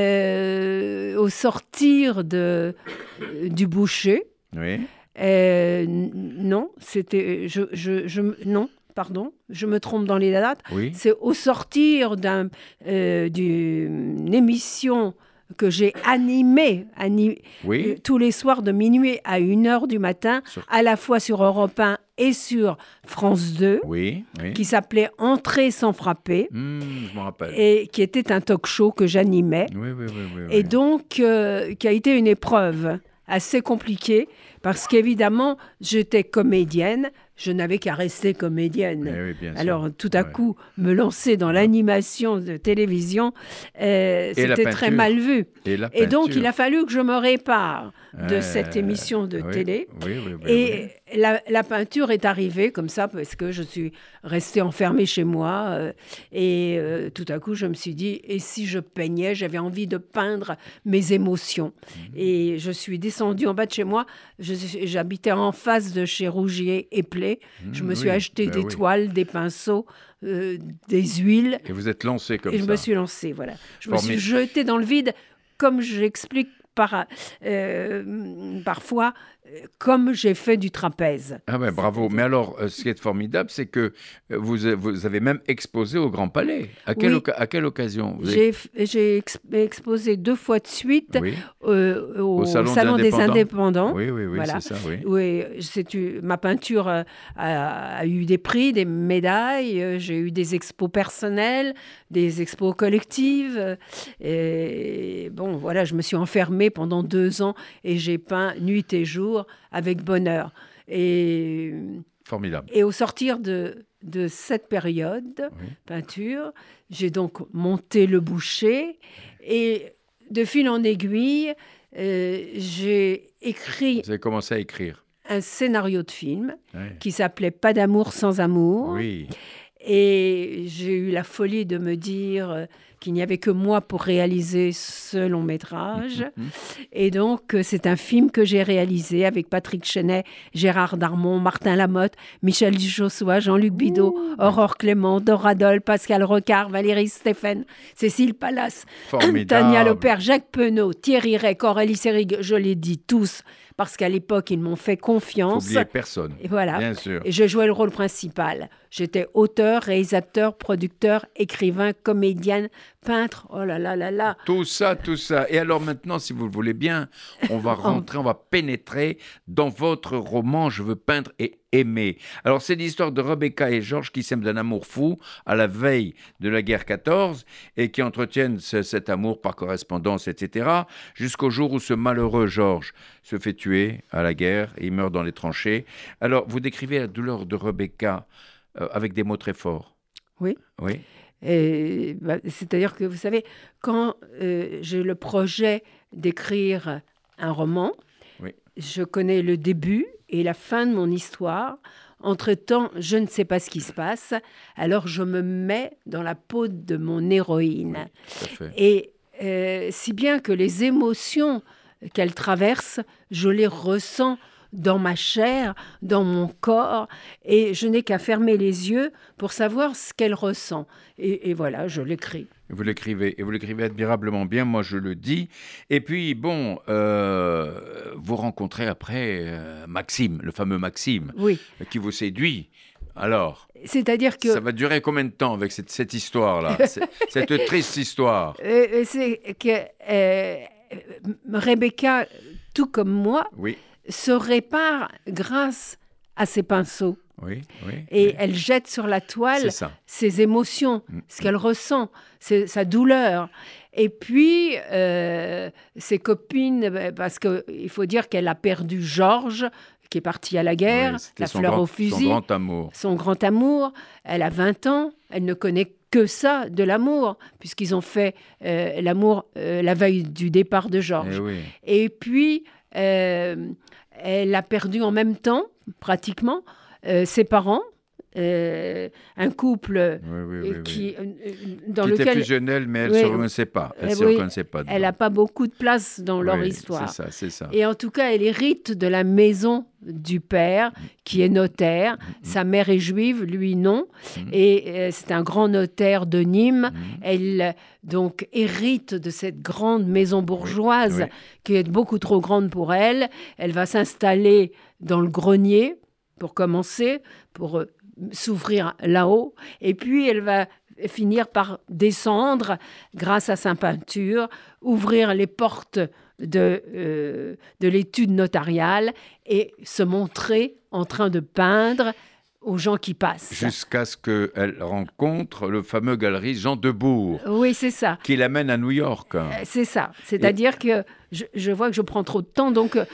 euh, au sortir de, euh, du boucher, Oui, euh, n- non, c'était, je, je, je, non, pardon, je me trompe dans les dates. oui. C'est au sortir d'un, euh, d'une émission que j'ai animée, ani- Oui. euh, tous les soirs de minuit à une heure du matin, Sur- à la fois sur Europe un et sur France deux, Oui, oui. qui s'appelait Entrer sans frapper, Hmm, je me rappelle. et qui était un talk show que j'animais, Oui, oui, oui, oui. et oui. donc euh, qui a été une épreuve assez compliquée, parce qu'évidemment, j'étais comédienne, je n'avais qu'à rester comédienne. Eh oui, bien sûr. Alors, tout à Ouais. coup, me lancer dans l'animation de télévision, euh, Et la c'était très peinture. mal vu. Et, la Et donc, peinture. il a fallu que je me répare de Euh, cette émission de oui, télé. Oui, oui, oui. Et la, la peinture est arrivée comme ça parce que je suis restée enfermée chez moi. euh, et euh, tout à coup, je me suis dit, et si je peignais? J'avais envie de peindre mes émotions. Mhm. Et je suis descendue en bas de chez moi. Je- J'habitais en face de chez Rougier et Play. oui. Je me Mmh, suis oui, acheté ben des oui. toiles, des pinceaux, euh, des huiles. Et vous êtes lancé comme Et ça. je me suis lancée, voilà. Je me Formidable. suis jetée dans le vide, comme j'explique par, euh, parfois, euh, comme j'ai fait du trapèze. Ah ben bravo. Mais alors, euh, ce qui est formidable, c'est que euh, vous, vous avez même exposé au Grand Palais. À quelle, Oui. oca- à quelle occasion vous avez- J'ai j'ai ex- exposé deux fois de suite Oui, euh, au, Au Salon Salon, des des Indépendants. Indépendants. oui, oui, oui, Voilà. c'est ça, oui. Oui, c'est u- ma peinture euh, a, a eu des prix, des médailles. euh, J'ai eu des expos personnelles, des expos collectives. euh, Et bon, voilà, je me suis enfermée pendant deux ans et j'ai peint nuit et jour avec bonheur. Et, Formidable. et au sortir de, de cette période Oui. peinture, j'ai donc monté le boucher et de fil en aiguille, euh, j'ai écrit Vous avez commencé à écrire. un scénario de film Ouais. qui s'appelait Pas d'amour sans amour. Oui. Et j'ai eu la folie de me dire euh, qu'il n'y avait que moi pour réaliser ce long métrage. Et donc, euh, c'est un film que j'ai réalisé avec Patrick Chenet, Gérard Darmon, Martin Lamotte, Michel Jossois, Jean-Luc Bidot, Aurore Clément, Dora Dole, Pascal Rocard, Valérie Stéphane, Cécile Pallas, Formidable. Tania Lepère, Jacques Penaud, Thierry Rec, Aurélie Sérig, je l'ai dit tous, parce qu'à l'époque, ils m'ont fait Faut confiance. oublier personne. Et voilà. Bien sûr. Et je jouais le rôle principal. J'étais auteur, réalisateur, producteur, écrivain, comédienne, peintre, oh là là là là. Tout ça, tout ça. Et alors maintenant, si vous le voulez bien, on va rentrer, on va pénétrer dans votre roman « Je veux peindre et aimer ». Alors, c'est l'histoire de Rebecca et Georges qui s'aiment d'un amour fou à la veille de la guerre quatorze et qui entretiennent ce, cet amour par correspondance, et cetera, jusqu'au jour où ce malheureux Georges se fait tuer à la guerre et il meurt dans les tranchées. Alors, vous décrivez la douleur de Rebecca euh, avec des mots très forts. Oui. Oui. Et, bah, c'est-à-dire que, vous savez, quand euh, j'ai le projet d'écrire un roman, oui. je connais le début et la fin de mon histoire. Entre-temps, je ne sais pas ce qui se passe, alors je me mets dans la peau de mon héroïne. Oui, tout à fait. Et euh, si bien que les émotions qu'elle traverse, je les ressens dans ma chair, dans mon corps, et je n'ai qu'à fermer les yeux pour savoir ce qu'elle ressent. Et, et voilà, je l'écris. Vous l'écrivez, et vous l'écrivez admirablement bien, moi je le dis. Et puis, bon, euh, vous rencontrez après euh, Maxime, le fameux Maxime, oui. qui vous séduit. Alors, c'est-à-dire que... ça va durer combien de temps avec cette, cette histoire-là, cette triste histoire? euh, C'est que euh, Rebecca, tout comme moi, oui. se répare grâce à ses pinceaux. Oui, oui, et oui. elle jette sur la toile ses émotions, mmh. ce qu'elle ressent, sa douleur. Et puis, euh, ses copines, parce qu'il faut dire qu'elle a perdu Georges, qui est parti à la guerre, oui, la fleur grand, au fusil. Son grand amour. Son grand amour. Elle a vingt ans, elle ne connaît que ça, de l'amour, puisqu'ils ont fait euh, l'amour euh, la veille du départ de Georges. Et, oui. Et puis, euh, elle a perdu en même temps, pratiquement, Euh, ses parents, euh, un couple oui, oui, oui, qui, oui. Euh, dans qui lequel... était fusionnel, mais elle ne oui, se reconnaissait pas. Elle oui, se reconnaissait pas. Elle n'a pas beaucoup de place dans oui, leur histoire. C'est ça, c'est ça. Et en tout cas, elle hérite de la maison du père, qui est notaire. Mmh. Sa mère est juive, lui non. Mmh. Et euh, c'est un grand notaire de Nîmes. Mmh. Elle donc hérite de cette grande maison bourgeoise, oui, oui. qui est beaucoup trop grande pour elle. Elle va s'installer dans le grenier, pour commencer, pour euh, s'ouvrir là-haut. Et puis, elle va finir par descendre, grâce à sa peinture, ouvrir les portes de, euh, de l'étude notariale et se montrer en train de peindre aux gens qui passent. Jusqu'à ce qu'elle rencontre le fameux galeriste Jean Debourg. Oui, c'est ça. Qui l'amène à New York. Euh, c'est ça. C'est-à-dire et... que je, je vois que je prends trop de temps, donc euh,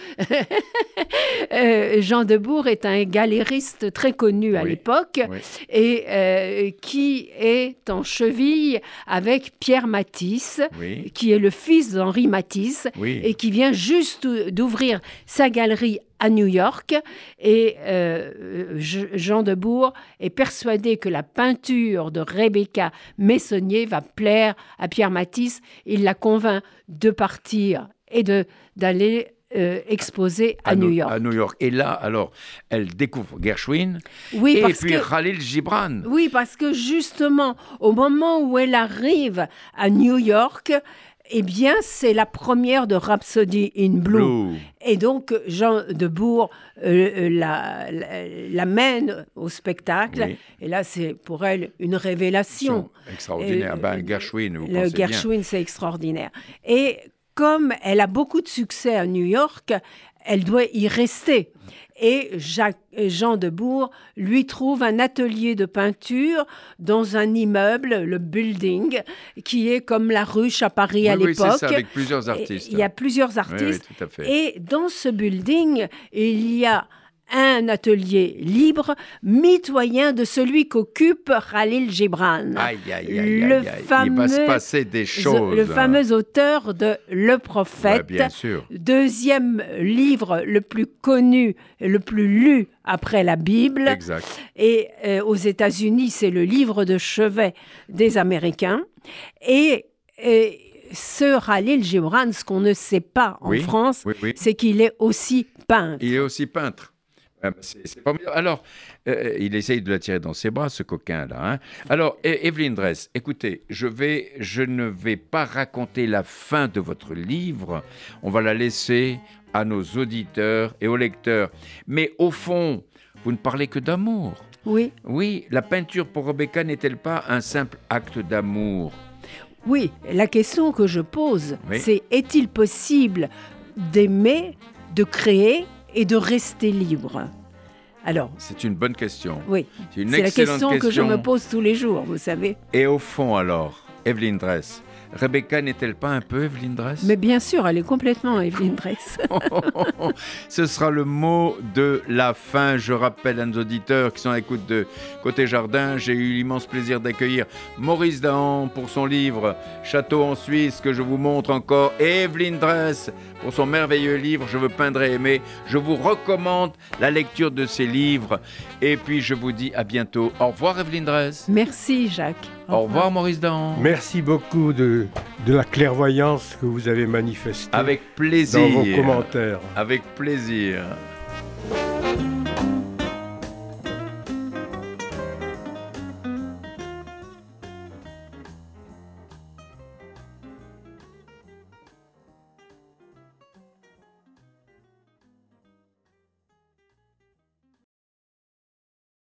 Jean Debourg est un galériste très connu à oui, l'époque oui. et euh, qui est en cheville avec Pierre Matisse, oui. qui est le fils d'Henri Matisse oui. et qui vient juste d'ouvrir sa galerie à New York. Et euh, Jean Debourg est persuadé que la peinture de Rebecca Meissonier va plaire à Pierre Matisse. Il la convainc de partir et de, d'aller euh, exposer à, à New York. À New York. Et là, alors, elle découvre Gershwin oui, et puis que, Khalil Gibran. Oui, parce que justement, au moment où elle arrive à New York, eh bien, c'est la première de Rhapsody in Blue. Blue. Et donc, Jean Debourg euh, la, la, la mène au spectacle. Oui. Et là, c'est pour elle une révélation. Extraordinaire. Euh, ben, Gershwin, vous le pensez Gershwin, bien. c'est extraordinaire. Et comme elle a beaucoup de succès à New York, elle doit y rester. Et Jacques, Jean Debourg lui trouve un atelier de peinture dans un immeuble, le Building, qui est comme la Ruche à Paris oui, à oui, l'époque. C'est ça, avec plusieurs artistes. Il y a plusieurs artistes. Oui, oui, tout à fait. Et dans ce Building, il y a un atelier libre, mitoyen de celui qu'occupe Khalil Gibran. Aïe, aïe, aïe, le aïe, aïe. Fameux, il va se passer des choses. Le fameux auteur de Le Prophète, ouais, bien sûr. Deuxième livre le plus connu, le plus lu après la Bible. Exact. Et euh, aux États-Unis, c'est le livre de chevet des Américains. Et... et ce Khalil Gibran, ce qu'on ne sait pas en oui, France, oui, oui. c'est qu'il est aussi peintre. Il est aussi peintre. C'est, c'est pas... Alors, euh, il essaye de la tirer dans ses bras, ce coquin-là. Hein. Alors, Evelyne Dress, écoutez, je, vais, je ne vais pas raconter la fin de votre livre. On va la laisser à nos auditeurs et aux lecteurs. Mais au fond, vous ne parlez que d'amour. Oui. Oui, la peinture pour Rebecca n'est-elle pas un simple acte d'amour ? Oui, la question que je pose, Oui. c'est est-il possible d'aimer, de créer et de rester libre? Alors, C'est une bonne question. oui, C'est une c'est la excellente question, que je question. me pose tous les jours, vous savez. Et au fond alors, Evelyne Dress, Rebecca n'est-elle pas un peu Evelyne Dress? Mais bien sûr, elle est complètement Evelyne Dress. Ce sera le mot de la fin. Je rappelle à nos auditeurs qui sont à l'écoute de Côté Jardin, j'ai eu l'immense plaisir d'accueillir Maurice Dahan pour son livre Château en Suisse, que je vous montre encore, et Evelyne Dress pour son merveilleux livre Je veux peindre et aimer. Je vous recommande la lecture de ces livres. Et puis je vous dis à bientôt. Au revoir Evelyne Dress. Merci Jacques. Au revoir Maurice Dahan. Merci beaucoup de, de la clairvoyance que vous avez manifestée Avec plaisir. dans vos commentaires. Avec plaisir.